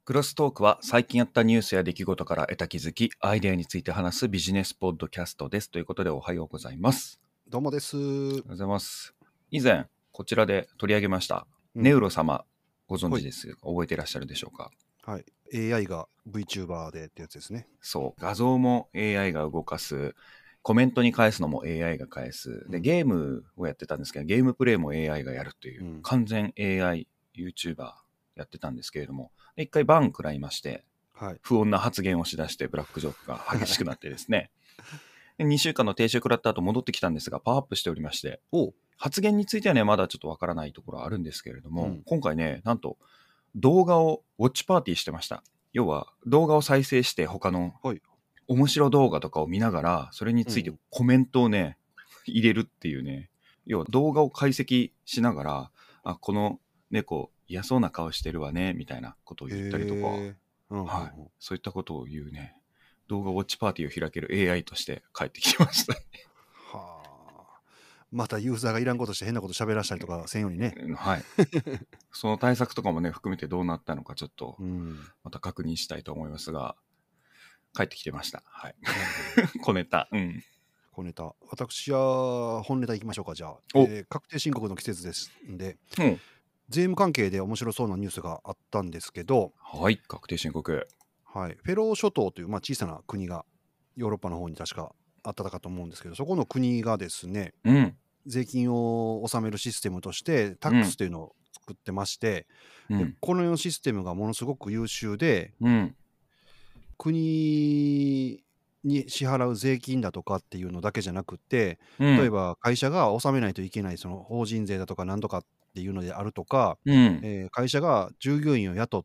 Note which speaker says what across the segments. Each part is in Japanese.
Speaker 1: クロストークは最近あったニュースや出来事から得た気づき、アイデアについて話すビジネスポッドキャストです。ということでおはようございます。
Speaker 2: どうもです。
Speaker 1: おはようございます。以前、こちらで取り上げました、
Speaker 2: うん
Speaker 1: ネウロ様、ご存
Speaker 2: はい。
Speaker 1: 知ですか？覚えていらっしゃるでしょうか？
Speaker 2: はい。AI が VTuber でってやつですね。
Speaker 1: そう、画像も AI が動かす、コメントに返すのも AI が返す。で、
Speaker 2: うん。
Speaker 1: ゲームをやってたんですけど、ゲームプレイも AI がやるというう、
Speaker 2: ん。
Speaker 1: 完全 AI YouTuber やってたんですけれども、で一回バン食らいまして、
Speaker 2: はい。
Speaker 1: 不穏な発言をしだしてブラックジョークが激しくなってですね、で2週間の停止を食らった後戻ってきたんですが、パワーアップしておりまして、
Speaker 2: おう。
Speaker 1: 発言についてはね、まだちょっとわからないところはあるんですけれども、
Speaker 2: うん。
Speaker 1: 今回ね、なんと動画をウォッチパーティーしてました。要は動画を再生して他の
Speaker 2: はい。
Speaker 1: 面白動画とかを見ながら、それについて
Speaker 2: うん
Speaker 1: コメントをね、入れるっていうね、要は動画を解析しながら、あ、この猫嫌そうな顔してるわね、みたいなことを言ったりとか、
Speaker 2: へえ。うんうん
Speaker 1: はい、
Speaker 2: うん。
Speaker 1: そういったことを言うね、動画ウォッチパーティーを開ける AI として帰ってきました。
Speaker 2: はあ。またユーザーがいらんことして変なこと喋らしたりとかせんようにね。
Speaker 1: はい。その対策とかもね、含めてどうなったのかちょっと
Speaker 2: うん。
Speaker 1: また確認したいと思いますが、帰ってきてました。はい。
Speaker 2: なるほど。
Speaker 1: 小ネタ。うん。
Speaker 2: 小ネタ。私は本ネタいきましょうか、じゃあ。
Speaker 1: お、
Speaker 2: 確定申告の季節ですんで、
Speaker 1: うん。
Speaker 2: 税務関係で面白そうなニュースがあったんですけど、
Speaker 1: はい、確定申告。
Speaker 2: はい。フェロー諸島という、小さな国がヨーロッパの方に確かあったかと思うんですけど、そこの国がですね、
Speaker 1: うん。
Speaker 2: 税金を納めるシステムとしてタックス
Speaker 1: うん。
Speaker 2: というのを作ってまして、で、
Speaker 1: うん。
Speaker 2: このシステムがものすごく優秀で、
Speaker 1: うん。
Speaker 2: 国に支払う税金だとかっていうのだけじゃなくて、
Speaker 1: うん。
Speaker 2: 例えば会社が納めないといけないその法人税だとかなんとかっていうのであるとか、
Speaker 1: うん。
Speaker 2: 会社が従業員を雇って、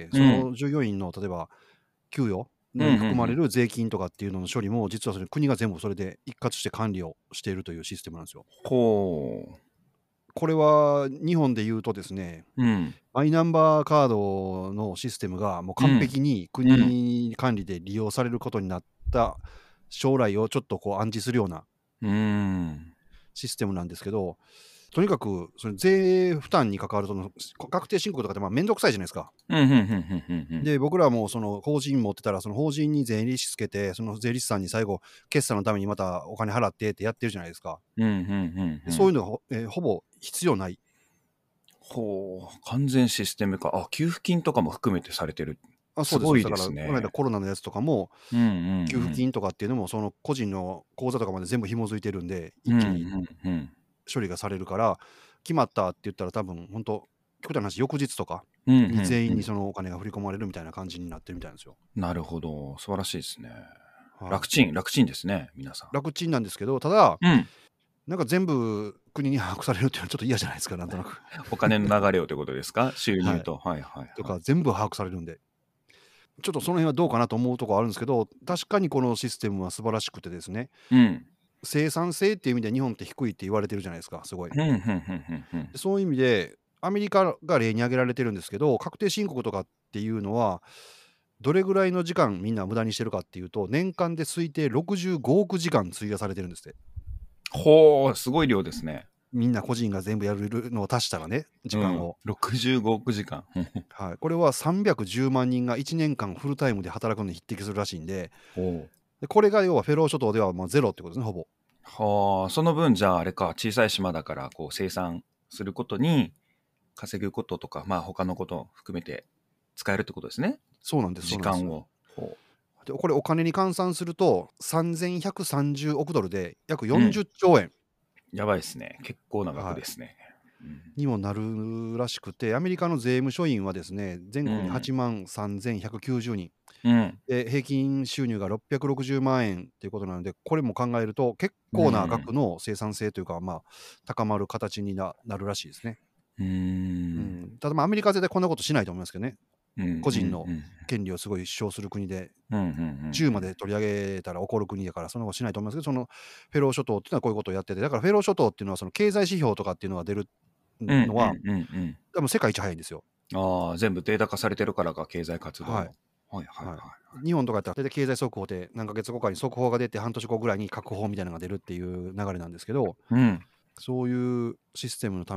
Speaker 2: そ
Speaker 1: うん。
Speaker 2: の従業員の例えば給与
Speaker 1: うん。う
Speaker 2: に含まれ
Speaker 1: ん。
Speaker 2: る税金とかっていうのの処理も、実はそれ国が全部それで一括して管理をしているというシステムなんですよ。
Speaker 1: ほう。
Speaker 2: これは日本で言うとですね、
Speaker 1: うん。
Speaker 2: マイナンバーカードのシステムがもう完
Speaker 1: うん。
Speaker 2: 璧に
Speaker 1: うん。
Speaker 2: 国管理で利用されることになった将来をちょっとこう暗示するような
Speaker 1: うん。
Speaker 2: システムなんですけど、とにかくその税負担に関わるその確定申告とかってめんどくさいじゃないですか。
Speaker 1: うん。うん。うん。うん。うん。
Speaker 2: で、僕らもその法人持ってたら、その法人に税理士つけて、その税理士さんに最後、決算のためにまたお金払ってってやってるじゃないですか。
Speaker 1: うん。うん。
Speaker 2: でそういうのがほぼ必要ない。
Speaker 1: ほう。完全システム化。あ、給付金とかも含めてされてる。
Speaker 2: そうです、そうです。
Speaker 1: すごいで
Speaker 2: だから、この間
Speaker 1: すね。
Speaker 2: コロナのやつとかも、
Speaker 1: うん。
Speaker 2: 給付金とかっていうのも、その個人の口座とかまで全部紐づいてるんで、
Speaker 1: うん。うん。
Speaker 2: 一気に
Speaker 1: うん。
Speaker 2: 処理がされるから、決まったって言ったら多分、本当極端な話、翌日とか
Speaker 1: うん。うん。
Speaker 2: に全員に
Speaker 1: うん。
Speaker 2: そのお金が振り込まれるみたいな感じになってるみたいなんですよ。
Speaker 1: なるほど。素晴らしいですね。
Speaker 2: はい。
Speaker 1: 楽ちん、楽ちんですね、皆さ
Speaker 2: 楽ちんなんですけど、ただ、
Speaker 1: ん。うん。
Speaker 2: なんか全部国に把握されるっていうのはちょっと嫌じゃないですか、なんとなく。
Speaker 1: お金の流れをということですか？収
Speaker 2: はい。
Speaker 1: 入と。はいはい
Speaker 2: と
Speaker 1: はい。
Speaker 2: か全部把握されるんで。ちょっとその辺はどうかなと思うところあるんですけど、確かにこのシステムは素晴らしくてですね、
Speaker 1: うん。
Speaker 2: 生産性っていう意味で日本って低いって言われてるじゃないですか、すごい。
Speaker 1: ふんふんふんふんふん。
Speaker 2: でそういう意味で、アメリカが例に挙げられてるんですけど、確定申告とかっていうのは、どれぐらいの時間みんな無駄にしてるかっていうと、年間で推定65億時間費やされてるんですって。
Speaker 1: ほう、すごい量ですね。
Speaker 2: みんな個人が全部やるのを足したらね、時
Speaker 1: うん。
Speaker 2: 間を。
Speaker 1: 65億時間。
Speaker 2: はい。これは310万人が1年間フルタイムで働くのに匹敵するらしいんで、
Speaker 1: ほう。
Speaker 2: でこれが要はフェロー諸島ではゼロってことですね、ほぼ。
Speaker 1: はあ、その分じゃああれか、小さい島だからこう生産することに稼ぐこととか、まあ他のことを含めて使えるってことですね。
Speaker 2: そうなんです、そうなんです。
Speaker 1: 時間を。ほ
Speaker 2: でこれお金に換算すると、3130億ドルで約
Speaker 1: う。うん。
Speaker 2: 40兆円
Speaker 1: やばいですね。結構な額
Speaker 2: は
Speaker 1: ですね。
Speaker 2: いにもなるらしくて、アメリカの税務署員はですね、全
Speaker 1: うん。
Speaker 2: 国に8万3190人。
Speaker 1: うん。
Speaker 2: で、平均収入が660万円ということなので、これも考えると結
Speaker 1: う
Speaker 2: 構な額
Speaker 1: ん。
Speaker 2: の生産性というか、高まる形になるらしいですね。
Speaker 1: うーん。
Speaker 2: ただアメリカは絶対こんなことしないと思いますけどね。
Speaker 1: うん。うん。
Speaker 2: 個人の
Speaker 1: うん。
Speaker 2: 権利をすごい主張する国で、
Speaker 1: うん。うん。
Speaker 2: 銃まで取り上げたら怒る国だから、そんなことしないと思いますけど、そのフェロー諸島っていうのはこういうことをやってて、だからフェロー諸島っていうのはその経済指標とかっていうのが出る
Speaker 1: うん。うん。
Speaker 2: のは、
Speaker 1: うん。うん。
Speaker 2: 多分世界一早いんですよ。
Speaker 1: ああ、全部データ化されてるからか、経済活動
Speaker 2: はい。
Speaker 1: の。はいはい
Speaker 2: はい。
Speaker 1: は
Speaker 2: 日本とかやったら大体経済速報で何ヶ月後かに速報が出て半年後ぐらいに確報みたいなのが出るっていう流れなんですけど、
Speaker 1: い。うん。
Speaker 2: そういうシステムのために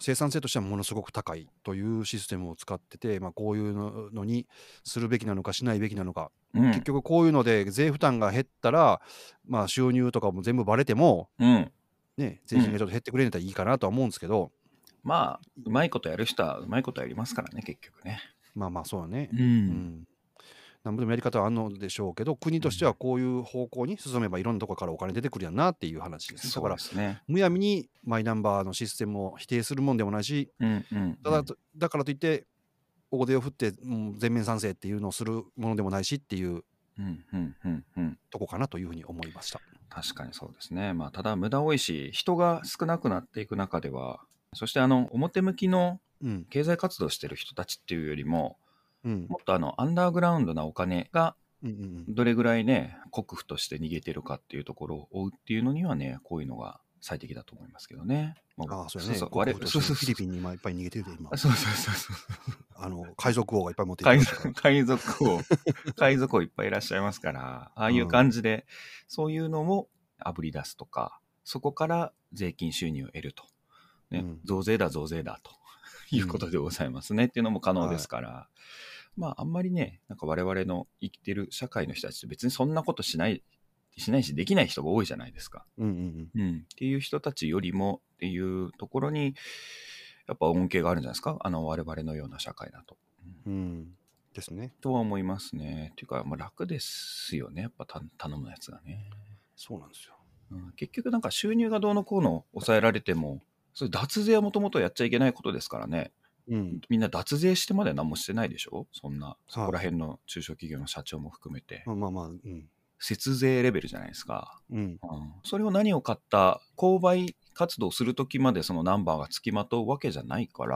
Speaker 2: 生産性としてはものすごく高いというシステムを使ってて、こういうのにするべきなのかしないべきなのか、結局こういうので税負担が減ったら、収入とかも全部バレても、ね、税金がちょっと減ってくれたらいいかなとは思うんですけど、
Speaker 1: まあ、うまいことやる人はうまいことやりますからね、結局ね。
Speaker 2: そうだね。
Speaker 1: うん
Speaker 2: なんぼでもやり方はあるのでしょうけど、国としてはこういう方向に進めばいろんなところからお金出てくるやんなっていう話ですね。だ
Speaker 1: そう
Speaker 2: から、
Speaker 1: ですね。
Speaker 2: むやみにマイナンバーのシステムを否定するもんでもないし、だからといって、大手を振って、全面賛成っていうのをするものでもないしっていうとこかなというふうに思いました。
Speaker 1: 確かにそうですね。ただ無駄多いし、人が少なくなっていく中では、そして表向きの経済活動してる人たちっていうよりも、もっとアンダーグラウンドなお金がどれぐらいね、国府として逃げてるかっていうところを追うっていうのにはね、こういうのが最適だと思いますけどね。
Speaker 2: そうやね。国府としてフィリピンに今いっぱい逃げてるで、今。
Speaker 1: そう。
Speaker 2: 海賊王がいっぱい持ってる
Speaker 1: 海賊王いっぱいいらっしゃいますから、ああいう感じで、そういうのもあぶり出すとか、そこから税金収入を得ると。ね、増税だということでございますね、っていうのも可能ですから、あんまりね、なんか我々の生きてる社会の人たちって別にそんなことしないし、できない人が多いじゃないですか。っていう人たちよりもっていうところに、やっぱ恩恵があるんじゃないですか、我々のような社会だと。
Speaker 2: ですね。
Speaker 1: とは思いますね。っていうか、楽ですよね、やっぱ頼むやつがね。
Speaker 2: そうなんですよ。
Speaker 1: 結局なんか収入がどうのこうの抑えられても、それ脱税はもともとやっちゃいけないことですからね。みんな脱税してまで何もしてないでしょ、そこら辺の中小企業の社長も含めて。節税レベルじゃないですか。それを何を買った購買活動するときまでそのナンバーがつきまとうわけじゃないから、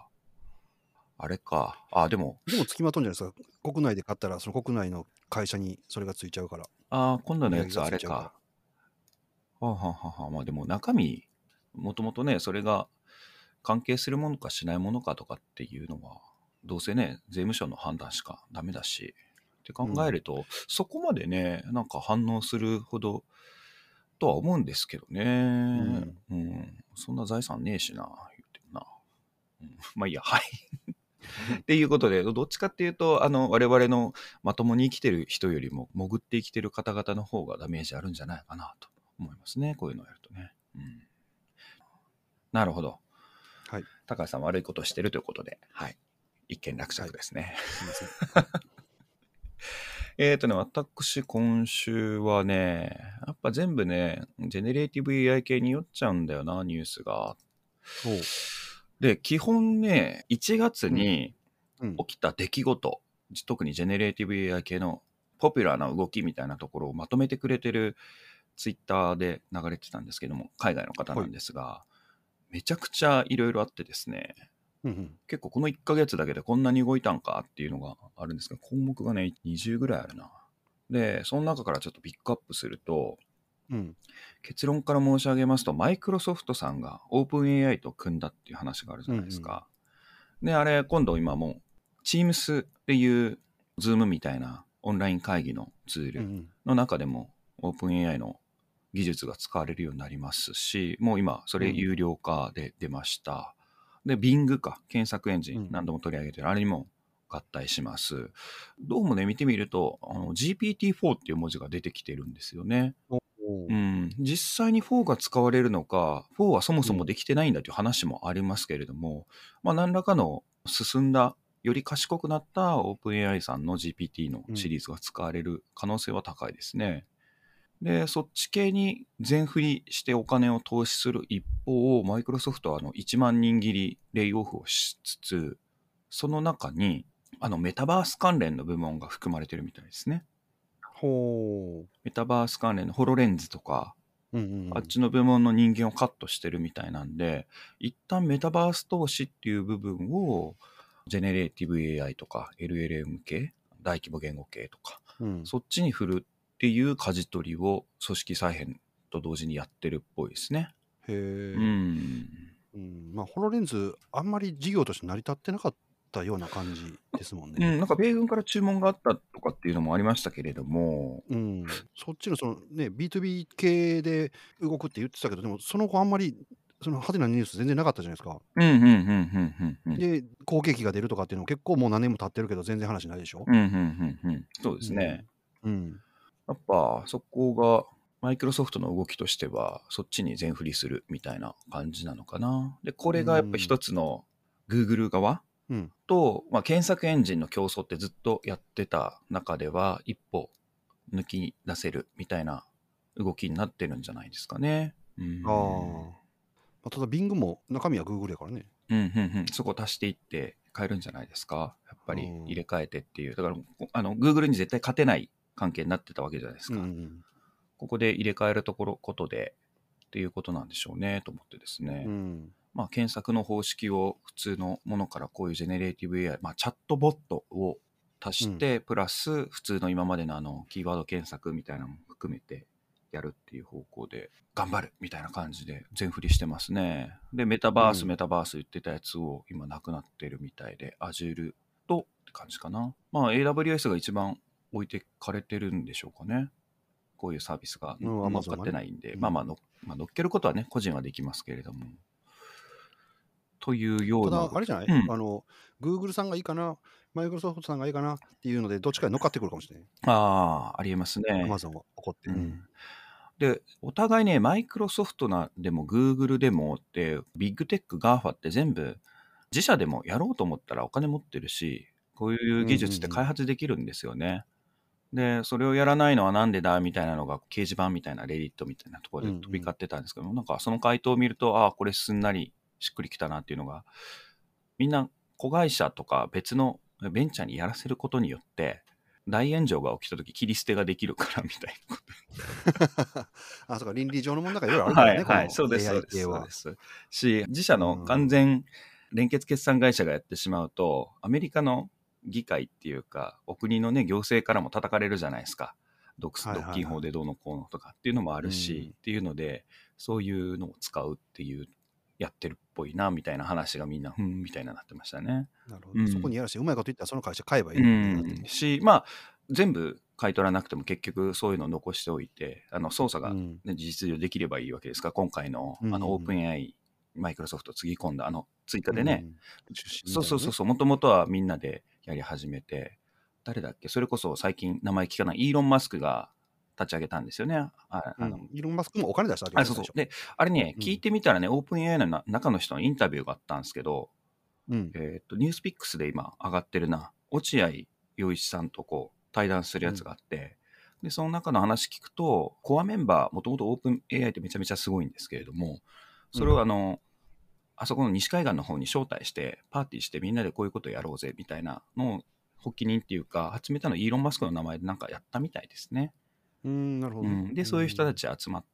Speaker 1: あれか。でも
Speaker 2: つきまとうんじゃないですか。国内で買ったら、その国内の会社にそれがついちゃうから。
Speaker 1: 今度のやつはあれか。でも中身、もともとね、それが関係するものかしないものかとかっていうのは、どうせね、税務署の判断しかダメだし、って考えると、そこまでね、なんか反応するほどとは思うんですけどね。そんな財産ねえしな、言ってるな。まあいいや、はい。っていうことで、どっちかっていうと、我々のまともに生きてる人よりも、潜って生きてる方々の方がダメージあるんじゃないかなと思いますね。こういうのをやるとね。なるほど。
Speaker 2: はい。
Speaker 1: 高橋さん悪いことをしてるということで、はい。一見落着ですね。
Speaker 2: すいません。
Speaker 1: 私今週はね、やっぱ全部ね、ジェネレーティブ AI 系に酔っちゃうんだよな、ニュースが。で、基本ね、1月に起きた出来事、特にジェネレーティブ AI 系のポピュラーな動きみたいなところをまとめてくれてるツイッターで流れてたんですけども、海外の方なんですが、めちゃくちゃいろいろあってですね、結構この1ヶ月だけでこんなに動いたんかっていうのがあるんですが、項目がね、20ぐらいあるな。で、その中からちょっとピックアップすると、結論から申し上げますと、マイクロソフトさんがオープン AI と組んだっていう話があるじゃないですか。で、あれ、今度今もう、Teams っていう Zoom みたいなオンライン会議のツールの中でも、オープン AI の技術が使われるようになりますし、もう今、それ有料化で出ました。で、Bing か、検索エンジン、何度も取り上げてる、あれにも合体します。どうもね、見てみると、GPT-4 っていう文字が出てきてるんですよね。実際に4が使われるのか、4はそもそもできてないんだという話もありますけれども、何らかの進んだ、より賢くなったオープン AI さんの GPT のシリーズが使われる可能性は高いですね。で、そっち系に全振りしてお金を投資する一方、マイクロソフトは1万人切りレイオフをしつつ、その中にメタバース関連の部門が含まれてるみたいですね。メタバース関連のホロレンズとか、あっちの部門の人間をカットしてるみたいなんで、一旦メタバース投資っていう部分を、ジェネレーティブ AI とか LLM 系、大規模言語系とか、そっちに振るっていう舵取りを組織再編と同時にやってるっぽいですね。
Speaker 2: ホロレンズ、あんまり事業として成り立ってなかったような感じですもんね。
Speaker 1: なんか米軍から注文があったとかっていうのもありましたけれども、
Speaker 2: そっちのそのね、B2B 系で動くって言ってたけど、でもその後あんまりその派手なニュース全然なかったじゃないですか。
Speaker 1: うんうんうんうんうんうん。
Speaker 2: で、好景気が出るとかっていうのも結構もう何年も経ってるけど全然話ないでしょ。
Speaker 1: うんうんうんうん。そうですね。
Speaker 2: うん。
Speaker 1: やっぱそこがマイクロソフトの動きとしてはそっちに全振りするみたいな感じなのかな。で、これがやっぱ一つの Google 側
Speaker 2: うん
Speaker 1: と、まあ、検索エンジンの競争ってずっとやってた中では一歩抜き出せるみたいな動きになってるんじゃないですかね。
Speaker 2: ただ Bing も中身は Google やからね。
Speaker 1: そこ足していって変えるんじゃないですか。やっぱり入れ替えてっていう。だからGoogle に絶対勝てない関係になってたわけじゃないですか。ここで入れ替えることでっていうことなんでしょうねと思ってですね。まあ、検索の方式を普通のものからこういうジェネレーティブ AI、まあ、チャットボットを足して、プラス普通の今までのキーワード検索みたいなのも含めてやるっていう方向で頑張るみたいな感じで全振りしてますね。で、メタバース言ってたやつを今なくなってるみたいで、Azure とって感じかな。まあ、AWS が一番置いてかれてるんでしょうかね。こういうサービスが乗っかってないんで、まあ乗っけることはね、個人はできますけれども。というような。
Speaker 2: ただ、あれじゃない、Google さんがいいかな、マイクロソフトさんがいいかなっていうので、どっちかに乗っかってくるかもしれない。
Speaker 1: ありえますね。
Speaker 2: Amazon は怒って。
Speaker 1: で、お互いね、マイクロソフトでも Google でもって、ビッグテック、GAFA って全部、自社でもやろうと思ったらお金持ってるし、こういう技術って開発できるんですよね。で、それをやらないのはなんでだみたいなのが掲示板みたいなレディットみたいなところで飛び交ってたんですけど、なんかその回答を見ると、これすんなりしっくりきたなっていうのが、みんな子会社とか別のベンチャーにやらせることによって、大炎上が起きたとき切り捨てができるからみたい
Speaker 2: な。そうか、倫理上の問題がいろいろあるからね、
Speaker 1: はい、そうです、そうです。そうです。し、自社の完全連結決算会社がやってしまうと、アメリカの議会っていうか、お国のね、行政からも叩かれるじゃないですか。独禁法でどうのこうのとかっていうのもあるし、っていうので、そういうのを使うっていう、やってるっぽいな、みたいな話がみんな、みたいななってましたね。
Speaker 2: なるほど。そこにやらして、うまいこと言ったらその会社買えばいい
Speaker 1: し、まあ、全部買い取らなくても結局そういうのを残しておいて、操作が、ね事実上できればいいわけですから、今回のオープン AI、マイクロソフトつぎ込んだ追加でね、そう、もともとはみんなでやり始めて、誰だっけ、それこそ最近名前聞かないイーロン・マスクが立ち上げたんですよね。
Speaker 2: イーロン・マスクもお金出したわけですよ。
Speaker 1: で、あれね、聞いてみたらね、オープン AI の中の人のインタビューがあったんですけど、ニュースピックスで今上がってるな、落合陽一さんとこう対談するやつがあって、で、その中の話聞くと、コアメンバー、もともとオープン AI ってめちゃめちゃすごいんですけれども、それをあそこの西海岸の方に招待して、パーティーしてみんなでこういうことやろうぜみたいなのを発起人っていうか、始めたのイーロン・マスクの名前でなんかやったみたいですね。
Speaker 2: なるほどね。
Speaker 1: で、そういう人たち集まって、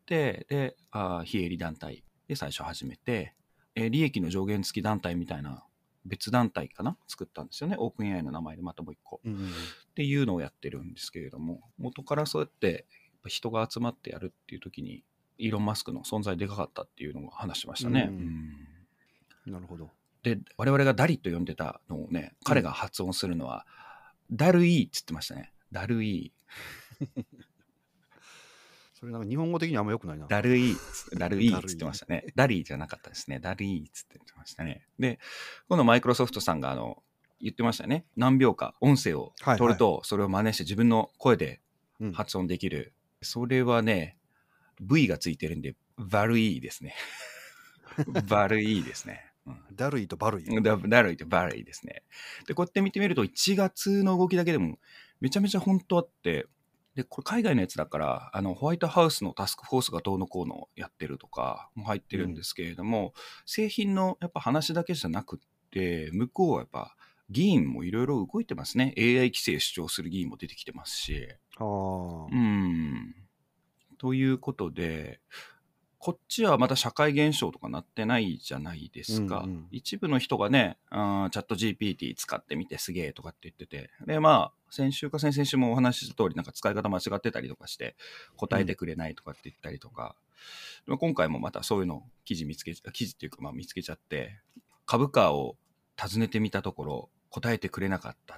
Speaker 1: で、非営利団体で最初始めて、利益の上限付き団体みたいな別団体かな作ったんですよね。オープン AI の名前でまたもう一個、っていうのをやってるんですけれども、元からそうやって人が集まってやるっていう時にイーロン・マスクの存在でかかったっていうのを話してましたね。
Speaker 2: なるほど。
Speaker 1: で、我々がダリと呼んでたのをね、彼が発音するのは、ダルイーっつってましたね。ダルイー。
Speaker 2: それなんか日本語的にあんま良くないな。
Speaker 1: ダルイーっつってましたね。ダリーじゃなかったですね。ダルイーっつって言ってましたね。で、今度マイクロソフトさんが言ってましたね。何秒か音声を取ると、それを真似して自分の声で発音できる。それはね、V がついてるんで、バルイーですね。バルイーですね。
Speaker 2: ダルイとバルイ。
Speaker 1: ダルイとバルイですね。で、こうやって見てみると、1月の動きだけでもめちゃめちゃ本当あって、で、これ海外のやつだから、ホワイトハウスのタスクフォースがどうのこうのやってるとかも入ってるんですけれども、製品のやっぱ話だけじゃなくって、向こうはやっぱ議員もいろいろ動いてますね。AI 規制主張する議員も出てきてますし。ということで、こっちはまた社会現象とかなってないじゃないですか。一部の人がね、チャット GPT 使ってみてすげえとかって言ってて、で、まあ、先週か先々週もお話しした通り、なんか使い方間違ってたりとかして、答えてくれないとかって言ったりとか、今回もまたそういうの記事っていうかまあ見つけちゃって、株価を尋ねてみたところ、答えてくれなかったって。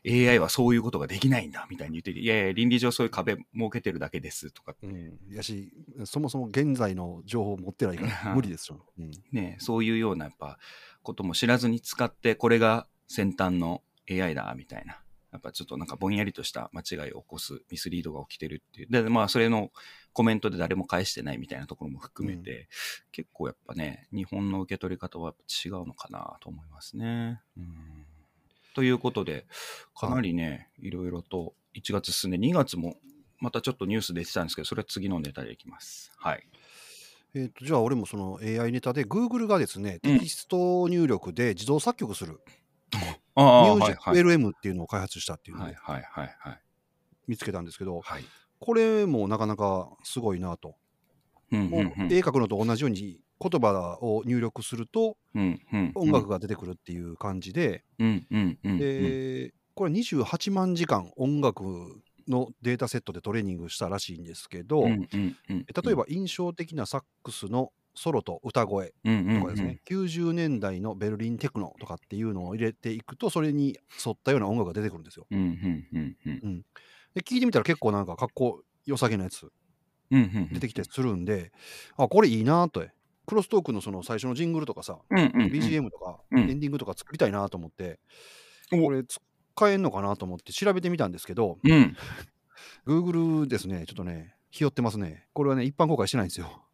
Speaker 1: AI はそういうことができないんだみたいに言ってて、いやいや倫理上そういう壁設けてるだけですとかって、
Speaker 2: やし、そもそも現在の情報を持ってないから無理ですよ。
Speaker 1: ね、そういうようなやっぱことも知らずに使ってこれが先端の AI だみたいな、やっぱちょっとなんかぼんやりとした間違いを起こすミスリードが起きてるっていう。で、まあそれのコメントで誰も返してないみたいなところも含めて、結構やっぱね、日本の受け取り方はやっぱ違うのかなと思いますね。ということで、かなりね、いろいろと1月進んで、2月もまたちょっとニュース出てたんですけど、それは次のネタでいきます。はい。
Speaker 2: じゃあ俺もその AI ネタで Google がですね、テキスト入力で自動作曲する
Speaker 1: ああ、
Speaker 2: ミュージック
Speaker 1: はいはい。
Speaker 2: LM っていうのを開発したっていうので
Speaker 1: はいはいはいはい。
Speaker 2: 見つけたんですけど、
Speaker 1: はい。
Speaker 2: これもなかなかすごいなと。もう絵描くのと同じように言葉を入力すると音楽が出てくるっていう感じで、で、これ28万時間音楽のデータセットでトレーニングしたらしいんですけど、例えば印象的なサックスのソロと歌声とかですね、90年代のベルリンテクノとかっていうのを入れていくと、それに沿ったような音楽が出てくるんですよ。で、聞いてみたら結構なんかかっこよさげなやつ出てきたりするんで、あ、これいいなと。クロストークのその最初のジングルとかさ、BGM とかエンディングとか作りたいなと思って、これ使えんのかなと思って調べてみたんですけど、Google ですね、ちょっとね、ひよってますね。これはね、一般公開してないんですよ。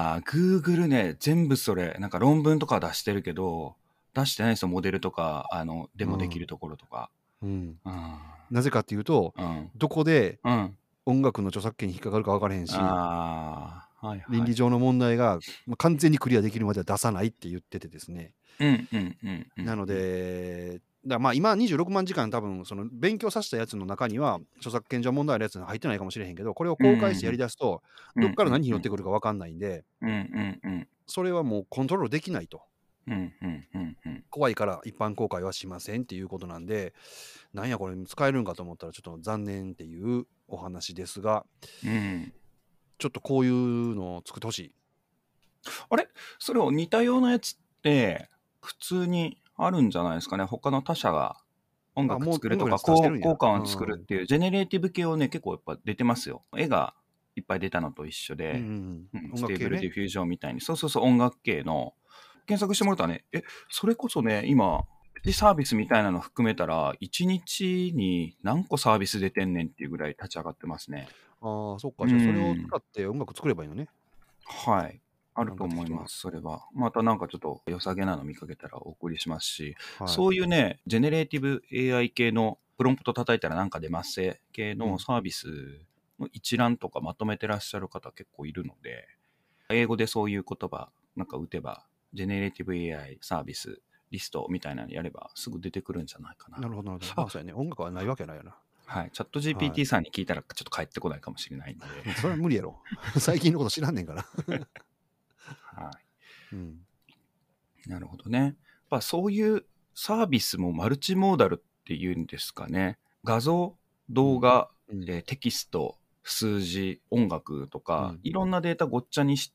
Speaker 1: Google ね、全部それ、なんか論文とか出してるけど、出してないですよ、モデルとか、デモできるところとか。
Speaker 2: なぜかっていうと、どこで音楽の著作権に引っかかるか分からへんし、倫理上の問題が完全にクリアできるまでは出さないって言っててですね。なので、まあ今26万時間多分その勉強させたやつの中には著作権上問題あるやつ入ってないかもしれへんけど、これを公開してやりだすとどっから何拾ってくるか分かんないんで、それはもうコントロールできないと。怖いから一般公開はしませんっていうことなんで、なんやこれ使えるんかと思ったらちょっと残念っていうお話ですが、ちょっとこういうのを作ってほしい。
Speaker 1: あれそれを似たようなやつって普通にあるんじゃないですかね。他の他社が音楽作るとか効果音作るっていうジェネレーティブ系をね、結構やっぱ出てますよ。絵がいっぱい出たのと一緒で、ステーブルディフュージョンみたいに、そう音楽系の検索してもらったらね、それこそね、今サービスみたいなの含めたら1日に何個サービス出てんねんっていうぐらい立ち上がってますね。
Speaker 2: ああ、そっか。じゃあそれを使って音楽作ればいいのね。
Speaker 1: はい。あると思います、それは。またなんかちょっと良さげなの見かけたらお送りしますし、そういうね、ジェネレーティブ AI 系のプロンプト叩いたらなんか出ます系のサービスの一覧とかまとめてらっしゃる方結構いるので、英語でそういう言葉なんか打てば、ジェネレーティブ AI サービスリストみたいなのやればすぐ出てくるんじゃないかな。
Speaker 2: なるほど、なるほど。まあそうやね。音楽はないわけないよな。
Speaker 1: はい。チャット GPT さんに聞いたらちょっと返ってこないかもしれないんで。
Speaker 2: それは無理やろ。最近のこと知らんねんから。
Speaker 1: はい。なるほどね。やっぱそういうサービスもマルチモーダルっていうんですかね。画像、動画、テキスト、数字、音楽とか、いろんなデータごっちゃにして、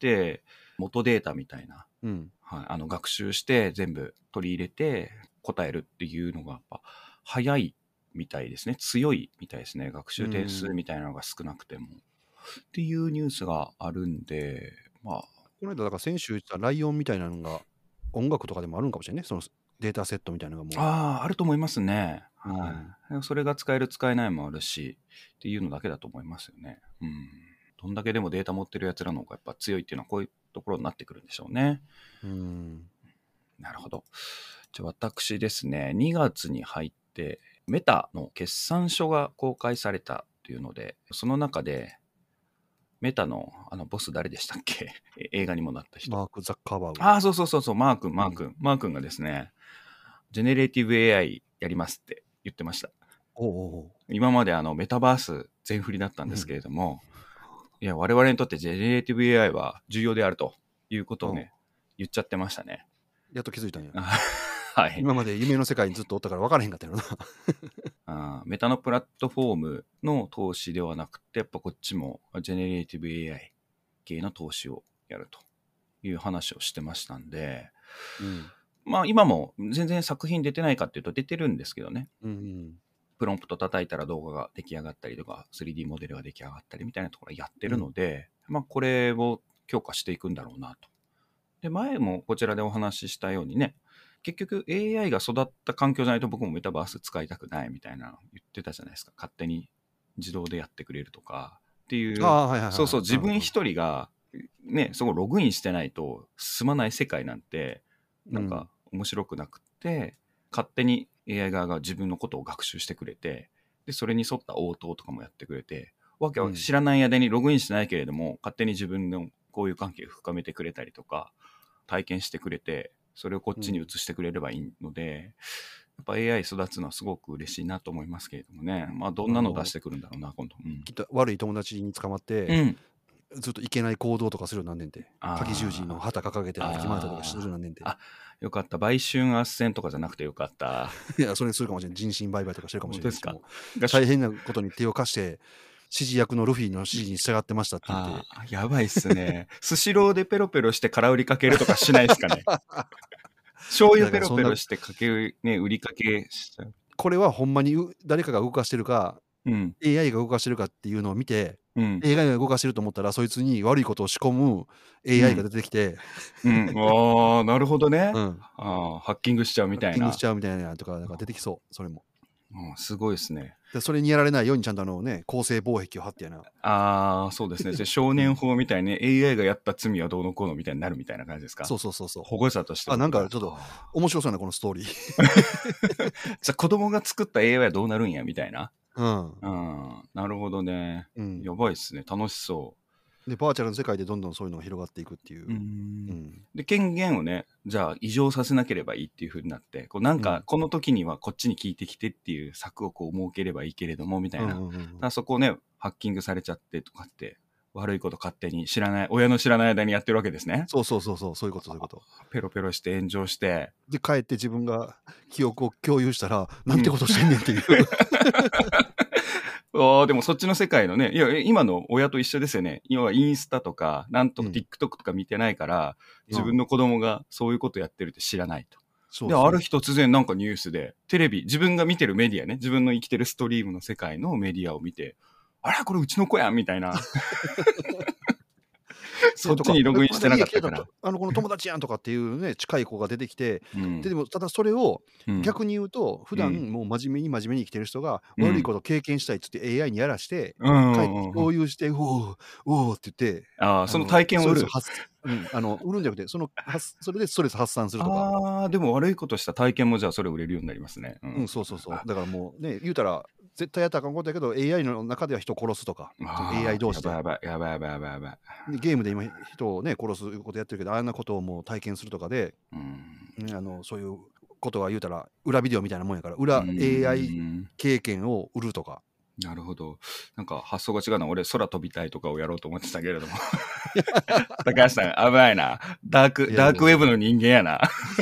Speaker 1: 元データみたいな、学習して全部取り入れて答えるっていうのがやっぱ早いみたいですね。強いみたいですね。学習点数みたいなのが少なくても。っていうニュースがあるんで、まあ。
Speaker 2: この間だから先週言ったライオンみたいなのが音楽とかでもあるんかもしれないね。そのデータセットみたいなのがもう。
Speaker 1: あると思いますね。それが使える使えないもあるしっていうのだけだと思いますよね。どんだけでもデータ持ってるやつらの方がやっぱ強いっていうのはこういうところになってくるんでしょうね。なるほど。じゃあ私ですね、2月に入ってメタの決算書が公開されたというので、その中でメタのボス誰でしたっけ映画にもなった人。
Speaker 2: マーク・ザッカーバーグ。
Speaker 1: そう、マー君がですね、ジェネレーティブ AI やりますって言ってました。今までメタバース全振りだったんですけれども、いや、我々にとってジェネレーティブ AI は重要であるということをね、言っちゃってましたね。
Speaker 2: やっと気づいたんや。
Speaker 1: はい。
Speaker 2: 今まで夢の世界にずっとおったから分からへんかったよ
Speaker 1: な。メタのプラットフォームの投資ではなくて、やっぱこっちもジェネレーティブ AI 系の投資をやるという話をしてましたんで、まあ今も全然作品出てないかっていうと出てるんですけどね。 プロンプト叩いたら動画が出来上がったりとか 3D モデルが出来上がったりみたいなところをやってるので、これを強化していくんだろうなと。で、前もこちらでお話ししたようにね、結局 AI が育った環境じゃないと僕もメタバース使いたくないみたいな言ってたじゃないですか。勝手に自動でやってくれるとかっていう。そうそう、自分一人がね、そこログインしてないと進まない世界なんてなんか面白くなくって、勝手に AI 側が自分のことを学習してくれて、でそれに沿った応答とかもやってくれて、わけは知らない間にログインしてないけれども、勝手に自分の交友関係を深めてくれたりとか体験してくれて、それをこっちに移してくれればいいので、やっぱ AI 育つのはすごく嬉しいなと思いますけれどもね。どんなの出してくるんだろうな今度。
Speaker 2: きっと悪い友達に捕まって、ずっといけない行動とかするようになんねんて。鍵十字の旗掲げて歩き回ったりとかするようになんねんて。
Speaker 1: よかった。売春斡旋とかじゃなくてよかった。
Speaker 2: いや、それするかもしれない。人身売買とかしてるかもしれないですか。大変なことに手を貸して、指示役のルフィの指示に従ってましたって言って。
Speaker 1: やばいっすね。スシローでペロペロして空売りかけるとかしないですかね。醤油ペロペロして売りかけしちゃう。
Speaker 2: これはほんまに誰かが動かしてるか、AI が動かしてるかっていうのを見て、AI が動かしてると思ったら、そいつに悪いことを仕込む AI が出てきて、
Speaker 1: なるほどね。ハッキングしちゃうみたいな。
Speaker 2: ハッキングしちゃうみたいなとか、出てきそう、それも。
Speaker 1: すごいですね。
Speaker 2: でそれにやられないようにちゃんと構成防壁を張ってやな。
Speaker 1: そうですね。少年法みたいに AI がやった罪はどうのこうのみたいになるみたいな感じですか。
Speaker 2: そう。
Speaker 1: 保護者として。
Speaker 2: なんかちょっと面白そうなこのストーリー。
Speaker 1: じゃあ子供が作った AI はどうなるんやみたいな。なるほどね。やばいっすね。楽しそう。
Speaker 2: でバーチャルの世界でどんどんそういうのが広がっていくっていう。
Speaker 1: で権限をね、じゃあ異常させなければいいっていう風になって、なんかこの時にはこっちに聞いてきてっていう策を設ければいいけれどもみたいな。そこをねハッキングされちゃってとかって悪いこと勝手に親の知らない間にやってるわけですね。
Speaker 2: そういうこと。
Speaker 1: ペロペロして炎上して
Speaker 2: で帰って自分が記憶を共有したら、なんてことしてんねんっていう。
Speaker 1: でもそっちの世界のね、いや今の親と一緒ですよね。要はインスタとかなんとか TikTok とか見てないから、自分の子供がそういうことやってるって知らないと。である日突然なんかニュースでテレビ、自分が見てるメディアね、自分の生きてるストリームの世界のメディアを見て、あれこれうちの子やんみたいな。そっちにログインしてなかったから。
Speaker 2: この友達やんとかっていうね、近い子が出てきて、でもただそれを逆に言うと、普段もう真面目に生きてる人が悪いこと経験したいっつって AI にやらして、帰って共有して、おーって言って、
Speaker 1: その体験を売る。
Speaker 2: 売るんじゃなくて、それでストレス発散するとか。
Speaker 1: でも悪いことした体験もじゃあそれ売れるようになりますね。
Speaker 2: そう。だからもうね、言うたら、絶対やったらあかんことやけど AI の中では人を殺すとか AI 同士で
Speaker 1: やばい
Speaker 2: ゲームで今人をね殺すことやってるけど、あんなことをもう体験するとかで、そういうことは言うたら裏ビデオみたいなもんやから、裏 AI 経験を売るとか。
Speaker 1: なるほど。なんか発想が違うな。俺空飛びたいとかをやろうと思ってたけれども高橋さん危ないな。ダークウェブの人間やな。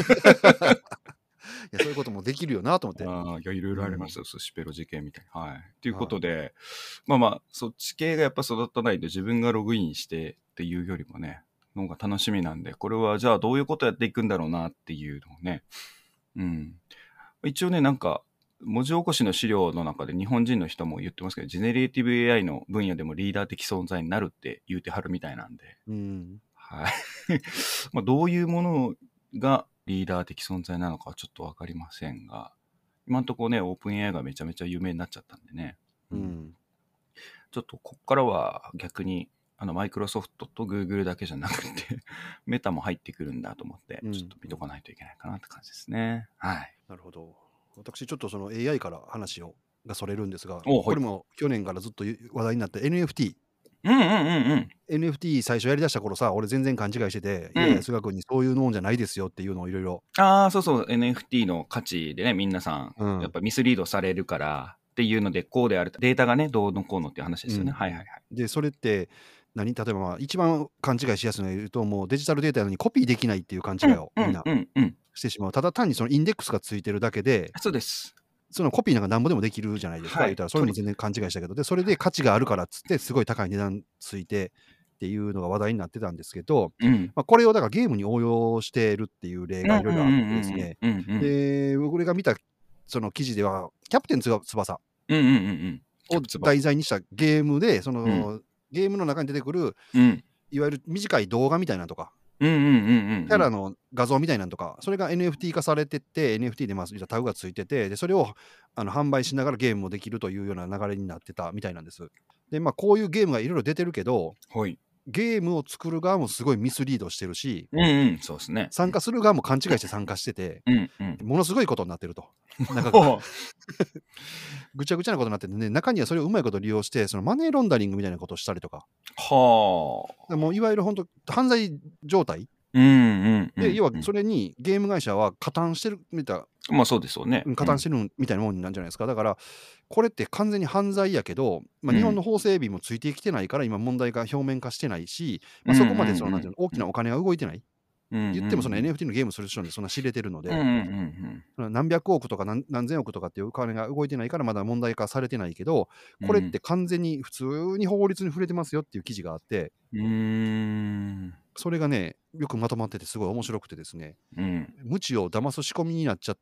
Speaker 2: いやそういうこともできるよなと思って。
Speaker 1: いろいろありますよ、寿司ペロ事件みたいな。ということで、そっち系がやっぱ育たないと自分がログインしてっていうよりもね、のが楽しみなんで、これはじゃあどういうことやっていくんだろうなっていうのをね。一応ね、なんか文字起こしの資料の中で日本人の人も言ってますけど、ジェネレーティブ AI の分野でもリーダー的存在になるって言うてはるみたいなんで、どういうものがリーダー的存在なのかはちょっと分かりませんが、今のところね、オープン AI がめちゃめちゃ有名になっちゃったんでね、ちょっとこっからは逆にマイクロソフトとグーグルだけじゃなくてメタも入ってくるんだと思って、ちょっと見とかないといけないかなって感じですね。
Speaker 2: なるほど。私ちょっとその AI から話がそれるんですが、これも去年からずっと話題になった NFT。NFT 最初やりだした頃さ、俺全然勘違いしてて、いやいや菅君にそういうのじゃないですよっていうのをいろいろ。
Speaker 1: そう NFT の価値でね、皆さんやっぱミスリードされるからっていうので、こうであるデータがねどうのこうのっていう話ですよね。
Speaker 2: でそれって例えば一番勘違いしやすいのを言うと、もうデジタルデータなのにコピーできないっていう勘違いをみんなしてしまう。ただ単にそのインデックスがついてるだけで、
Speaker 1: そうです。
Speaker 2: そのコピーなんか何ぼでもできるじゃないですか。言ったらそれも全然勘違いしたけど、でそれで価値があるからっつってすごい高い値段ついてっていうのが話題になってたんですけど、これをだからゲームに応用してるっていう例がいろいろあってですね。で僕が見たその記事ではキャプテン翼
Speaker 1: うんうんうんうん。キャ
Speaker 2: を
Speaker 1: プツバ。
Speaker 2: 題材にしたゲームで、そ
Speaker 1: うん。
Speaker 2: のゲームの中に出てくる
Speaker 1: うん。
Speaker 2: いわゆる短い動画みたいなのとか、
Speaker 1: うんうんうんうんうん。
Speaker 2: キャラの画像みたいなのとか、それが NFT 化されてって、NFT で言ったらタグがついてて、でそれを販売しながらゲームもできるというような流れになってたみたいなんです。で、こういうゲームがいろいろ出てるけど、
Speaker 1: はい。
Speaker 2: ゲームを作る側もすごいミスリードしてるし、
Speaker 1: うんうん、そうですね。
Speaker 2: 参加する側も勘違いして参加してて、
Speaker 1: うんうん。
Speaker 2: ものすごいことになってると。中が
Speaker 1: ほう。
Speaker 2: ぐちゃぐちゃなことになっててね、中にはそれをうまいこと利用して、そのマネーロンダリングみたいなことをしたりとか、
Speaker 1: はあ。
Speaker 2: もういわゆる本当犯罪状態
Speaker 1: うんうんう
Speaker 2: で、要は
Speaker 1: んうん。
Speaker 2: それにゲーム会社は加担してるみたい
Speaker 1: まあ、そうですよね。
Speaker 2: 加担してるみたいなもんなんじゃないですか。だから、これって完全に犯罪やけど、
Speaker 1: うん。
Speaker 2: 日本の法整備もついてきてないから、今問題が表面化してないし、
Speaker 1: うんうん
Speaker 2: そこまでそのなんていうの、大
Speaker 1: うん。
Speaker 2: きなお金が動いてない。
Speaker 1: うんうんう
Speaker 2: 言ってもその
Speaker 1: ん。
Speaker 2: NFT のゲームする人でそんな知れてるので、
Speaker 1: うんうんうんうん。
Speaker 2: 何百億とか何千億とかっていうお金が動いてないからまだ問題化されてないけど、これっ
Speaker 1: うん。
Speaker 2: て完全に普通に法律に触れてますよっていう記事があって、
Speaker 1: うーん。
Speaker 2: それがね、よくまとまっててすごい面白くてですね、
Speaker 1: うん。
Speaker 2: 無知を騙す仕込みになっちゃった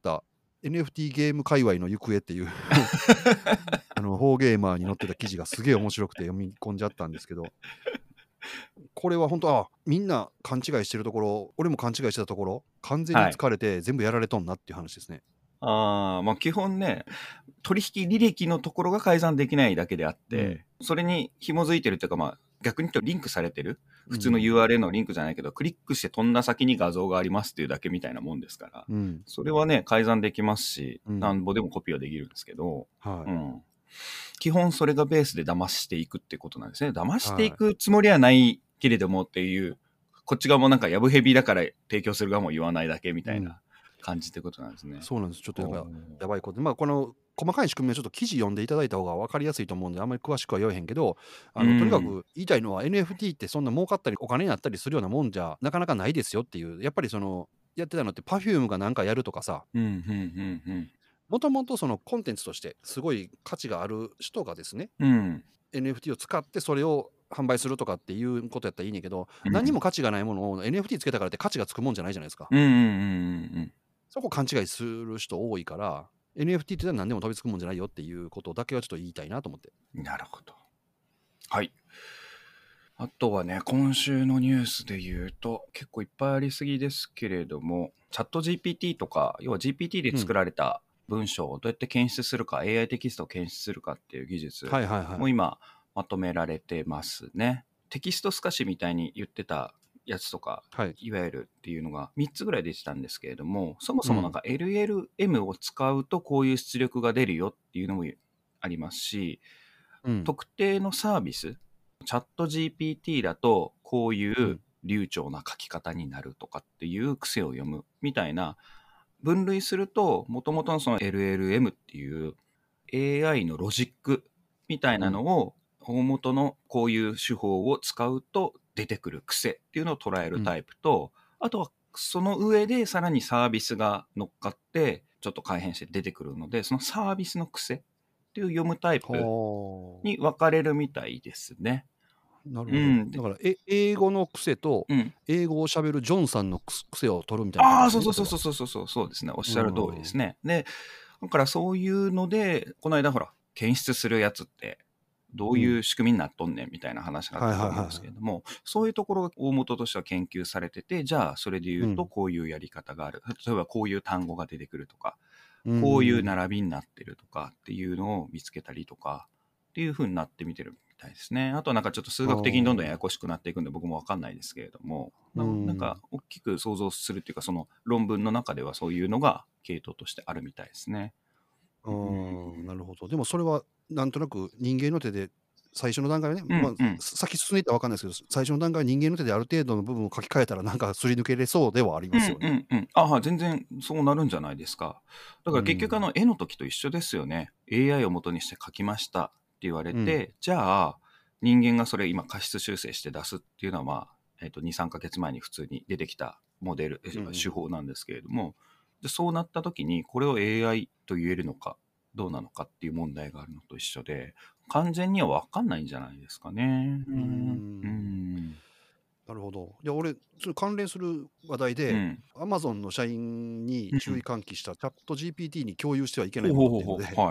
Speaker 2: NFT ゲーム界隈の行方っていうフォーゲーマーに載ってた記事がすげえ面白くて読み込んじゃったんですけど、これは本当みんな勘違いしてるところ、俺も勘違いしてたところ、完全に
Speaker 1: はい。
Speaker 2: 疲れて全部やられとんなっていう話ですね。
Speaker 1: ああ、ま、基本ね、取引履歴のところが改ざんできないだけであっ
Speaker 2: うん。
Speaker 1: て、それに紐づいてるっていうか、逆に言うとリンクされてる、普通の
Speaker 2: うん。
Speaker 1: URL のリンクじゃないけど、クリックして飛んだ先に画像がありますっていうだけみたいなもんですから、
Speaker 2: うん。
Speaker 1: それはね、改ざんできますし、
Speaker 2: うん。
Speaker 1: なんぼでもコピーはできるんですけど、
Speaker 2: はい。
Speaker 1: うん。基本それがベースで騙していくってことなんですね。騙してい
Speaker 2: はい。
Speaker 1: くつもりはないけれどもっていう、こっち側もなんかやぶへびだから提供する側も言わないだけみ
Speaker 2: うん。
Speaker 1: たいな感じってことなんですね。
Speaker 2: そうなんです。ちょっとなんか
Speaker 1: ほう。
Speaker 2: やばいことで、この細かい仕組みはちょっと記事読んでいただいた方が分かりやすいと思うんで、あんまり詳しくは言わへんけど、
Speaker 1: う
Speaker 2: とにか
Speaker 1: ん。
Speaker 2: く言いたいのは NFT ってそんな儲かったりお金になったりするようなもんじゃなかなかないですよっていう、やっぱりそのやってたのって Perfume がなんかやるとかさ、
Speaker 1: うん、うんうん
Speaker 2: もともとそのコンテンツとしてすごい価値がある人がですね、
Speaker 1: うん。うん。
Speaker 2: NFT を使ってそれを販売するとかっていうことやったらいいねんけど、
Speaker 1: うん。
Speaker 2: 何にも価値がないものを NFT つけたからって価値がつくもんじゃないじゃないですか。
Speaker 1: うんうんうんうん
Speaker 2: そこ勘違いする人多いから、NFT って何でも飛びつくもんじゃないよっていうことだけはちょっと言いたいなと思って。
Speaker 1: うん。なるほど。はい。あとはね、今週のニュースで言うと、結構いっぱいありすぎですけれども、チャット GPT とか、要は GPT で作
Speaker 2: うん。
Speaker 1: られた文章をどうやって検出するか、AI テキストを検出するかっていう技術
Speaker 2: はいはいはい。
Speaker 1: も今まとめられてますね。テキスト透かしみたいに言ってたやつとか、
Speaker 2: はい。
Speaker 1: いわゆるっていうのが3つぐらい出てたんですけれども、そも
Speaker 2: うん。
Speaker 1: そもなんか LLM を使うとこういう出力が出るよっていうのもありますし、
Speaker 2: うん。
Speaker 1: 特定のサービス、チャット GPT だとこういう
Speaker 2: うん。
Speaker 1: 流暢な書き方になるとかっていう癖を読むみたいな分類すると、もともとのその LLM っていう AI のロジックみたい
Speaker 2: うん。
Speaker 1: なのを大元のこういう手法を使うと出てくる癖っていうのを捉え
Speaker 2: うん。
Speaker 1: るタイプと、あとはその上でさらにサービスが乗っかってちょっと改変して出てくるので、そのサービスの癖っていう読むタイプ
Speaker 2: は
Speaker 1: に分かれるみたいですね。
Speaker 2: あ。なるほど。
Speaker 1: うん。で、
Speaker 2: だから、英語の癖と、
Speaker 1: うん。
Speaker 2: 英語を喋るジョンさんの癖を取るみたいなこと
Speaker 1: ああ、
Speaker 2: ですね、
Speaker 1: そうそうそう
Speaker 2: 例えば。
Speaker 1: そうそうそう、そうですね。おっ
Speaker 2: う
Speaker 1: しゃる通りで
Speaker 2: ん。
Speaker 1: すね。で、だからそういうので、この間ほら、検出するやつって、どうい
Speaker 2: うん。
Speaker 1: う仕組みになっとんねんみたいな話があっ
Speaker 2: はい
Speaker 1: たと思うんです
Speaker 2: はいはいはい。
Speaker 1: けれども、そういうところが大元としては研究されてて、じゃあそれで言うと
Speaker 2: うん。
Speaker 1: こういうやり方がある。例えばこういう単語が出てくるとか、
Speaker 2: うん
Speaker 1: こういう
Speaker 2: うん
Speaker 1: 並びになってるとかっていうのを見つけたりとか、っていう風になってみてるみたいですね。あとはなんかちょっと数
Speaker 2: うん。
Speaker 1: 学的にどんどんや
Speaker 2: ああ。
Speaker 1: やこしくなっていくんで僕もわかんないですけれども、
Speaker 2: う
Speaker 1: なんか
Speaker 2: ん。
Speaker 1: 大きく想像するっていうか、その論文の中ではそういうのが系統としてあるみたいですね。
Speaker 2: あ
Speaker 1: う
Speaker 2: あ、な
Speaker 1: ん。
Speaker 2: るほど。でもそれはなんとなく人間の手で最初の段階はね、
Speaker 1: うんうん。
Speaker 2: 先進んでいったら分かんないですけど、最初の段階は人間の手である程度の部分を書き換えたらなんかすり抜けれそうではあり
Speaker 1: うん
Speaker 2: ますよね。
Speaker 1: うんうん。ああ、全然そうなるんじゃないですか。だ
Speaker 2: う
Speaker 1: から結局
Speaker 2: ん。
Speaker 1: 絵の時と一緒ですよね。AI を元にして描きましたって言われ
Speaker 2: うん。
Speaker 1: て、じゃあ人間がそれ今過失修正して出すっていうのは2、3ヶ月前に普通に出てきたモデル、
Speaker 2: うんうん。
Speaker 1: 手法なんですけれども、でそうなった時にこれを AI と言えるのかどうなのかっていう問題があるのと一緒で、完全には分かんないんじゃないですかね。
Speaker 2: うー
Speaker 1: う
Speaker 2: ん。
Speaker 1: ん。
Speaker 2: なるほど。いや、俺、その関連する話題で、
Speaker 1: うん。
Speaker 2: アマゾンの社員に注意
Speaker 1: うん。
Speaker 2: 喚起したチャット GPT に共有してはいけない
Speaker 1: ほう
Speaker 2: もの
Speaker 1: ほうほうほう。
Speaker 2: っていうので、
Speaker 1: はい。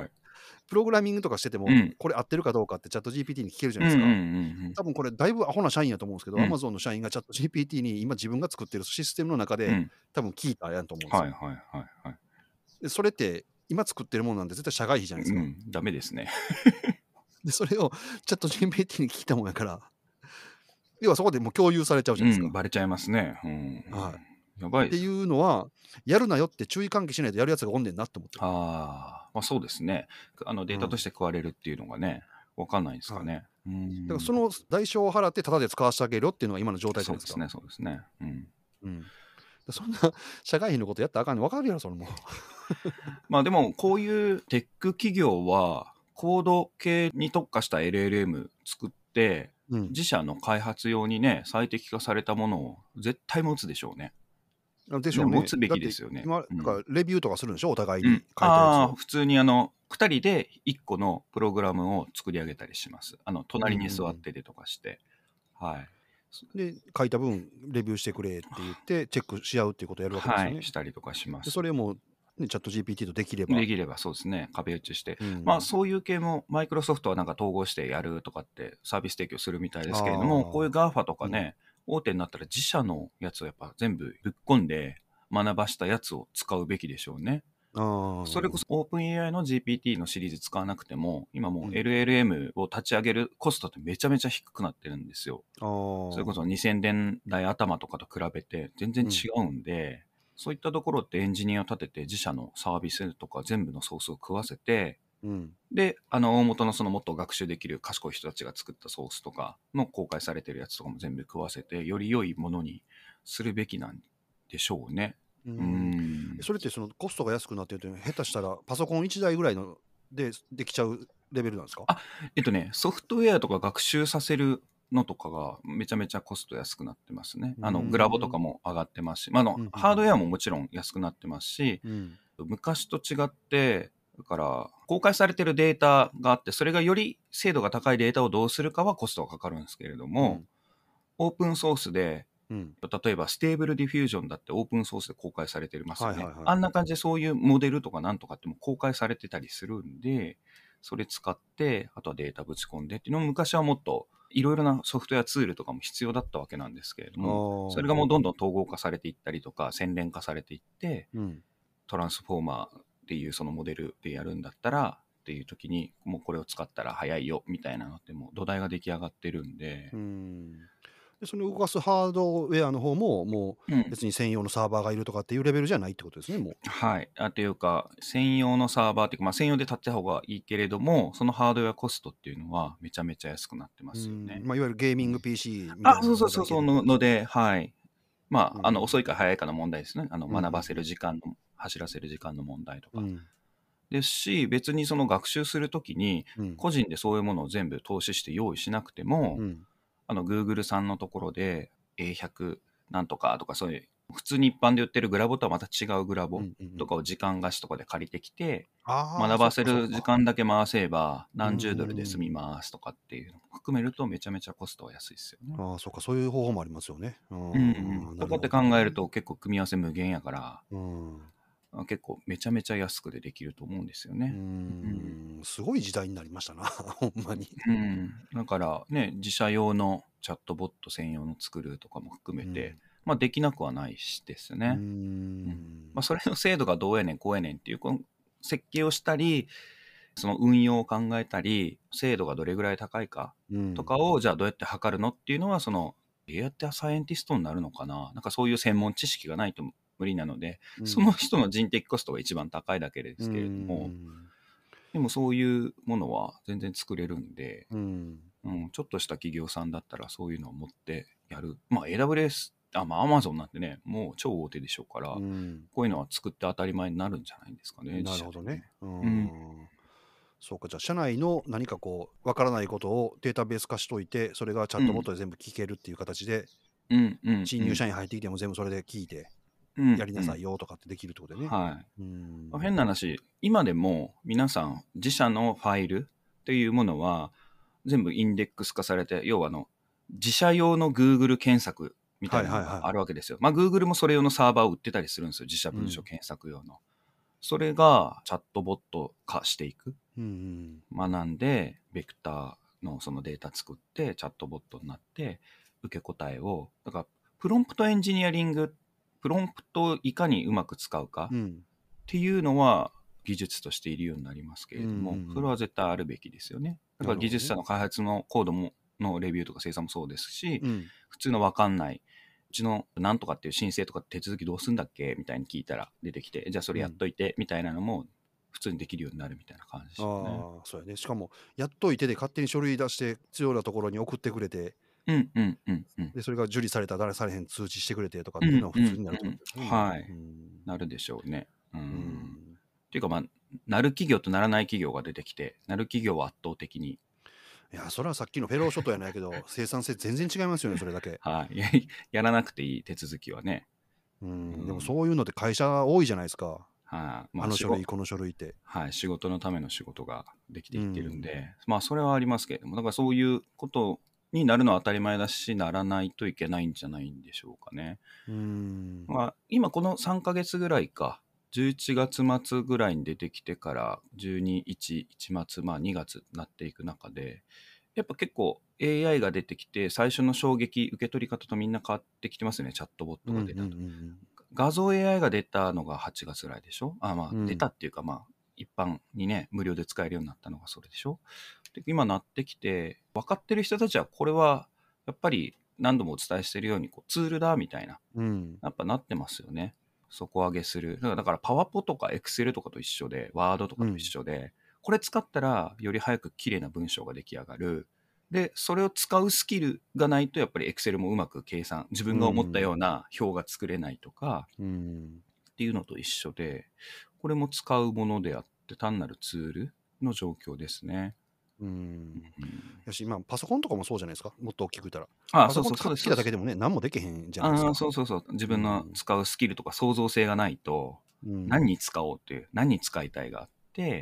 Speaker 2: プログラミングとかしてても、
Speaker 1: うん
Speaker 2: これ合ってるかどうかってチャット GPT に聞けるじゃ
Speaker 1: うんうんう
Speaker 2: ないですか。
Speaker 1: ん
Speaker 2: 多分これだいぶアホな社員やと思うんですけど、
Speaker 1: うん
Speaker 2: Amazon の社員がチャット GPT に今自分が作ってるシステムの中で、
Speaker 1: うん
Speaker 2: 多分聞いたやんと思うんですよ。
Speaker 1: はいはいはいはい。
Speaker 2: で、それって今作ってるものなんて絶対社外費じゃないですか。
Speaker 1: ダメですね。
Speaker 2: で、それをチャット GPT に聞いたもんやから、要はそこでもう共有されちゃうじゃないですか。
Speaker 1: バレちゃいますね。
Speaker 2: はい。ってい
Speaker 1: やばいです。
Speaker 2: うのは、やるなよって注意喚起しないとやるやつがおんねんなって思って。
Speaker 1: まあそうですね。データとして食われるっていうのがね、わかんないですか
Speaker 2: はい。
Speaker 1: ね。
Speaker 2: だからその代償を払ってタダで使わせてあげるよっていうのが今の状態じゃないですか。
Speaker 1: そうですね、そうですね。
Speaker 2: そんな社外費のことやったらあかんねん。分かるやろ、それも。
Speaker 1: まあでも、こういうテック企業は、コード系に特化した LLM 作って、自社の開発用にね、最適化されたものを絶対持つでしょうね。
Speaker 2: でしょうね。
Speaker 1: 持つべ
Speaker 2: だって
Speaker 1: きですよね。
Speaker 2: 今、だからレビューとかするんでしょ、お互いに書いたやつを。
Speaker 1: 普通に2人で1個のプログラムを作り上げたりします。隣に座っててとかして。はい。
Speaker 2: で、書いた分、レビューしてくれって言って、チェックし合うっていうことをやるわけですよね。
Speaker 1: したりとかしま。
Speaker 2: ですそれも、ね、チャット GPT とできれば。
Speaker 1: できればそうですね、壁打ちして。まあそういう系もマイクロソフトはなんか統合してやるとかってサービス提供するみたいですけれども、こういう GAFA とかね、大手になったら自社のやつをやっぱ全部ぶっ込んで学ばしたやつを使うべきでしょうね。それこそ OpenAI の GPT のシリーズ使わなくても、今もう LLM を立ち上げるコストってめちゃめちゃ低くなってるんですよ。それこそ2000年代頭とかと比べて全然違うんで、そういったところってエンジニアを立てて自社のサービスとか全部のソースを食わせて、で、大元のそのもっと学習できる賢い人たちが作ったソースとかの公開されてるやつとかも全部食わせて、より良いものにするべきなんでしょうね。
Speaker 2: それってそのコストが安くなってるというのは、下手したらパソコン1台ぐらいのでできちゃうレベルなんですか？
Speaker 1: ソフトウェアとか学習させるのとかがめちゃめちゃコスト安くなってますね。グラボとかも上がってますし、ハードウェアももちろん安くなってますし、昔と違って、だから公開されてるデータがあって、それがより精度が高いデータをどうするかはコストがかかるんですけれども、オープンソースで、例えばステーブルディフュージョンだってオープンソースで公開されてますよね。あんな感じでそういうモデルとかなんとかっても公開されてたりするんで、それ使って、あとはデータぶち込んでっていうのも昔はもっといろいろなソフトウェアツールとかも必要だったわけなんですけれども、それがもうどんどん統合化されていったりとか、洗練化されていって、トランスフォーマーっていうそのモデルでやるんだったら、っていう時にもうこれを使ったら早いよみたいなのってもう土台が出来上がってるんで、
Speaker 2: でその動かすハードウェアの方ももう別に専用のサーバーがいるとかっていうレベルじゃないってことですね、もう。
Speaker 1: はい。というか、専用のサーバーっていうか、専用で立ってた方がいいけれども、そのハードウェアコストっていうのはめちゃめちゃ安くなってますよね。
Speaker 2: いわゆるゲーミング PC みたいな
Speaker 1: そうので、はい。遅いか早いかの問題ですね。学ばせる時間の、走らせる時間の問題とか。ですし、別にその学習するときに、個人でそういうものを全部投資して用意しなくても、Google さんのところで A100 なんとかとかそういう、普通に一般で売ってるグラボとはまた違うグラボとかを時間貸しとかで借りてきて、学ばせる時間だけ回せば何十ドルで済みますとかっていうのも含めるとめちゃめちゃコストは安いですよね。
Speaker 2: そうか、そういう方法もありますよね。
Speaker 1: とかって考えると結構組み合わせ無限やから、結構めちゃめちゃ安くでできると思うんですよね。
Speaker 2: すごい時代になりましたな、ほんまに。
Speaker 1: だからね、自社用のチャットボット専用の作るとかも含めて、できなくはないしですね。それの精度がどうやねんこうやねんっていうこの設計をしたり、その運用を考えたり、精度がどれぐらい高いかとかをじゃあどうやって測るのっていうのは、そのどうやってサイエンティストになるのかな、なんかそういう専門知識がないと無理なので、その人の人的コストが一番高いだけですけれども、でもそういうものは全然作れるんで、ちょっとした企業さんだったらそういうのを持ってやる。AWS、Amazon なんてね、もう超大手でしょうから、こういうのは作って当たり前になるんじゃないですかね。
Speaker 2: なるほどね。そうか、じゃあ社内の何かこうわからないことをデータベース化しといて、それがチャットボットで全部聞けるっていう形で、新入社員入ってきても全部それで聞いてやりなさいよとかってできるってことでね。
Speaker 1: 変な話、今でも皆さん自社のファイルっていうものは全部インデックス化されて、要は自社用の Google 検索みたいなのがあるわけですよ。Google もそれ用のサーバーを売ってたりするんですよ。自社文書検索用の。 それがチャットボット化していく。
Speaker 2: うん
Speaker 1: 学んで、ベクターのそのデータ作って、チャットボットになって、受け答えを、だから、プロンプトエンジニアリング、プロンプトをいかにうまく使うか
Speaker 2: うん
Speaker 1: っていうのは、技術としているようになりますけれども、
Speaker 2: うんうんうん
Speaker 1: それは絶対あるべきですよね。だから技術者の開発のコードものレビューとか生産もそうですし、
Speaker 2: うん
Speaker 1: 普通の分かんない、うちのなんとかっていう申請とか手続きどうすんだっけみたいに聞いたら出てきて、じゃあそれやっといてみたいなのも普通にできるようになるみたいな感じですよね。
Speaker 2: ああ、そうやね。しかも、やっといてで勝手に書類出して、必要なところに送ってくれて、
Speaker 1: うんうんうんうん。
Speaker 2: で、それが受理された、誰されへん通知してくれてとか
Speaker 1: うん
Speaker 2: っていうのは普
Speaker 1: うん
Speaker 2: 通になるってことです
Speaker 1: うん。
Speaker 2: ね。
Speaker 1: はい。
Speaker 2: うん
Speaker 1: なるでしょうね。
Speaker 2: うん
Speaker 1: っていうかまあ、なる企業とならない企業が出てきて、なる企業は圧倒的に、
Speaker 2: いや、それはさっきのフェローショットやないけど、生産性全然違いますよね、それだけ。
Speaker 1: はい、やらなくていい手続きはね、
Speaker 2: でもそういうのって会社多いじゃないですか。
Speaker 1: はい、ま
Speaker 2: あ
Speaker 1: あ
Speaker 2: の書類、この書類って。
Speaker 1: はい、仕事のための仕事ができていってるん
Speaker 2: うん
Speaker 1: で、まあそれはありますけれども、だからそういうことになるのは当たり前だし、ならないといけないんじゃないんでしょうかね。まあ今この3ヶ月ぐらいか、11月末ぐらいに出てきてから12、1、1月、まあ2月になっていく中で、やっぱ結構 AI が出てきて、最初の衝撃、受け取り方とみんな変わってきてますよね、チャットボットが出たと。画像 AI が出たのが8月ぐらいでしょ。まあ、出たっていうか、まあ、一般にね、無料で使えるようになったのがそれでしょ。で、今なってきて、分かってる人たちは、これは、やっぱり何度もお伝えしてるように、こうツールだ、みたいな、やっぱなってますよね。底上げする。だから、パワポとかエクセルとかと一緒で、ワードとかと一緒で、これ使ったら、より早く綺麗な文章が出来上がる。で、それを使うスキルがないと、やっぱり Excel もうまく計算、自分が思ったような表が作れないとか、っていうのと一緒で、これも使うものであって、単なるツールの状況ですね。
Speaker 2: よし、今、パソコンとかもそうじゃないですか。もっと大きく言ったら。
Speaker 1: あ、
Speaker 2: パソコンって買ってきただけでもね、何もできへんじゃないですか。
Speaker 1: そうそうそう。自分の使うスキルとか創造性がないと、何に使おうっていう、何に使いたいがあって、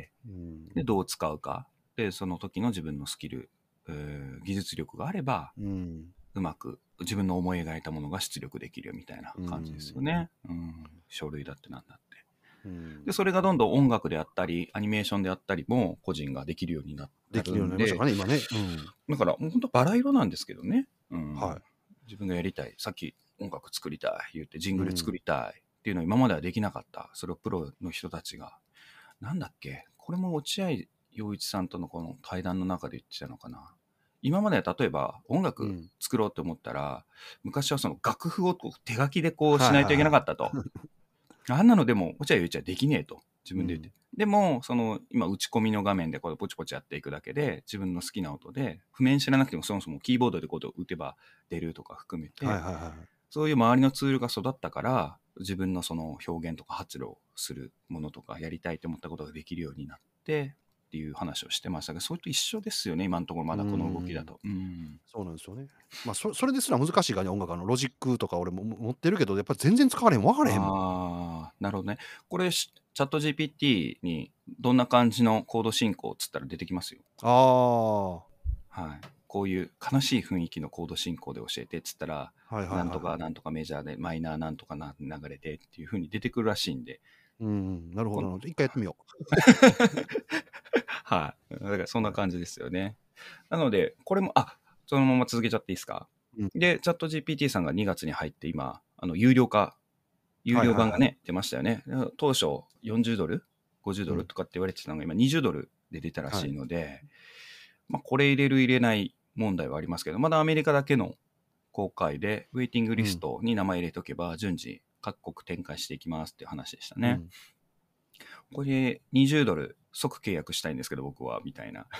Speaker 1: で、どう使うか。で、その時の自分のスキル、技術力があれば、うまく自分の思い描いたものが出力できるよみたいな感じですよね。書類だってなんだって。で、それがどんどん音楽であったり、アニメーションであったりも個人ができるようになってるんで、
Speaker 2: できるようになりましたかね、今ね。
Speaker 1: だからもう本当バラ色なんですけどね。
Speaker 2: はい。
Speaker 1: 自分がやりたい。さっき音楽作りたい言って、ジングル作りたいっていうのを今まではできなかった。それをプロの人たちが。なんだっけ、これも落合陽一さんとのこの対談の中で言ってたのかな。今までは例えば音楽作ろうと思ったら、昔はその楽譜をこう手書きでこうしないといけなかったと。あんなのでも落合陽一はできねえと自分で言って。でもその今打ち込みの画面でこうポチポチやっていくだけで自分の好きな音で譜面知らなくてもそもそもキーボードでこう打てば出るとか含めて、そういう周りのツールが育ったから自分のその表現とか発露するものとかやりたいと思ったことができるようになってっていう話をしてましたが、それと一緒ですよね、今のところまだこの動きだと。
Speaker 2: そうなんですよね。まあそれですら難しいからね、音楽ロジックとか俺も持ってるけど、やっぱり全然使われへん、分かれへんもん。
Speaker 1: ああ、なるほどね。これチャット GPT にどんな感じのコード進行っつったら出てきますよ。はい。こういう悲しい雰囲気のコード進行で教えてっつったら、なんとかなんとかメジャーでマイナーなんとかな流れでっていう風に出てくるらしいんで。
Speaker 2: なるほど。一回やってみよう。
Speaker 1: はい。だからそんな感じですよね。なので、これも、そのまま続けちゃっていいですか。で、チャット GPT さんが2月に入って今、有料版がね、出ましたよね。当初40ドル、50ドルとかって言われてたのが今20ドルで出たらしいので、まあこれ入れる入れない問題はありますけど、まだアメリカだけの公開で、ウェイティングリストに名前入れておけば順次各国展開していきますっていう話でしたね。これ20ドル即契約したいんですけど僕はみたいな。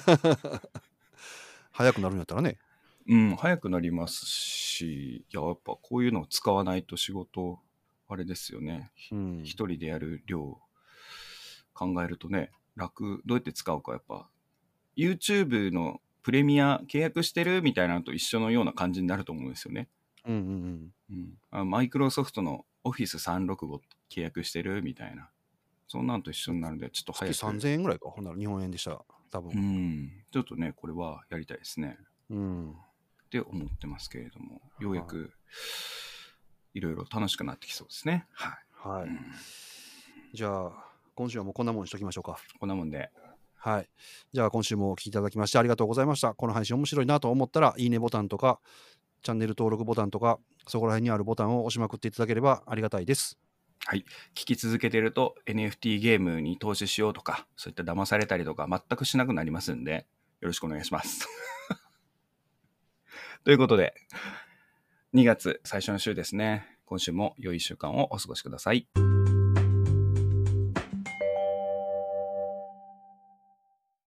Speaker 2: 早くなるんやったらね。
Speaker 1: 早くなりますし、やっぱこういうのを使わないと仕事あれですよね。一人でやる量考えるとね、どうやって使うかやっぱ YouTube のプレミア契約してるみたいなのと一緒のような感じになると思うんですよね。マイクロソフトの Office365 契約してるみたいな。そんなんと一緒になるんで、ちょっと早く。
Speaker 2: 月3000円ぐらいか、ほんなら日本円でしたら、多分。
Speaker 1: ちょっとね、これはやりたいですね。って思ってますけれども、ようやくいろいろ楽しくなってきそうですね。
Speaker 2: はい。じゃあ、 今週はもうこんなもんにしときましょうか。
Speaker 1: こんなもんで。
Speaker 2: はい。じゃあ今週もお聞きいただきましてありがとうございました。この配信面白いなと思ったら、いいねボタンとか、チャンネル登録ボタンとか、そこら辺にあるボタンを押しまくっていただければありがたいです。
Speaker 1: はい。聞き続けてると NFT ゲームに投資しようとか、そういった騙されたりとか全くしなくなりますんで、よろしくお願いします。ということで、2月最初の週ですね。今週も良い1週間をお過ごしください。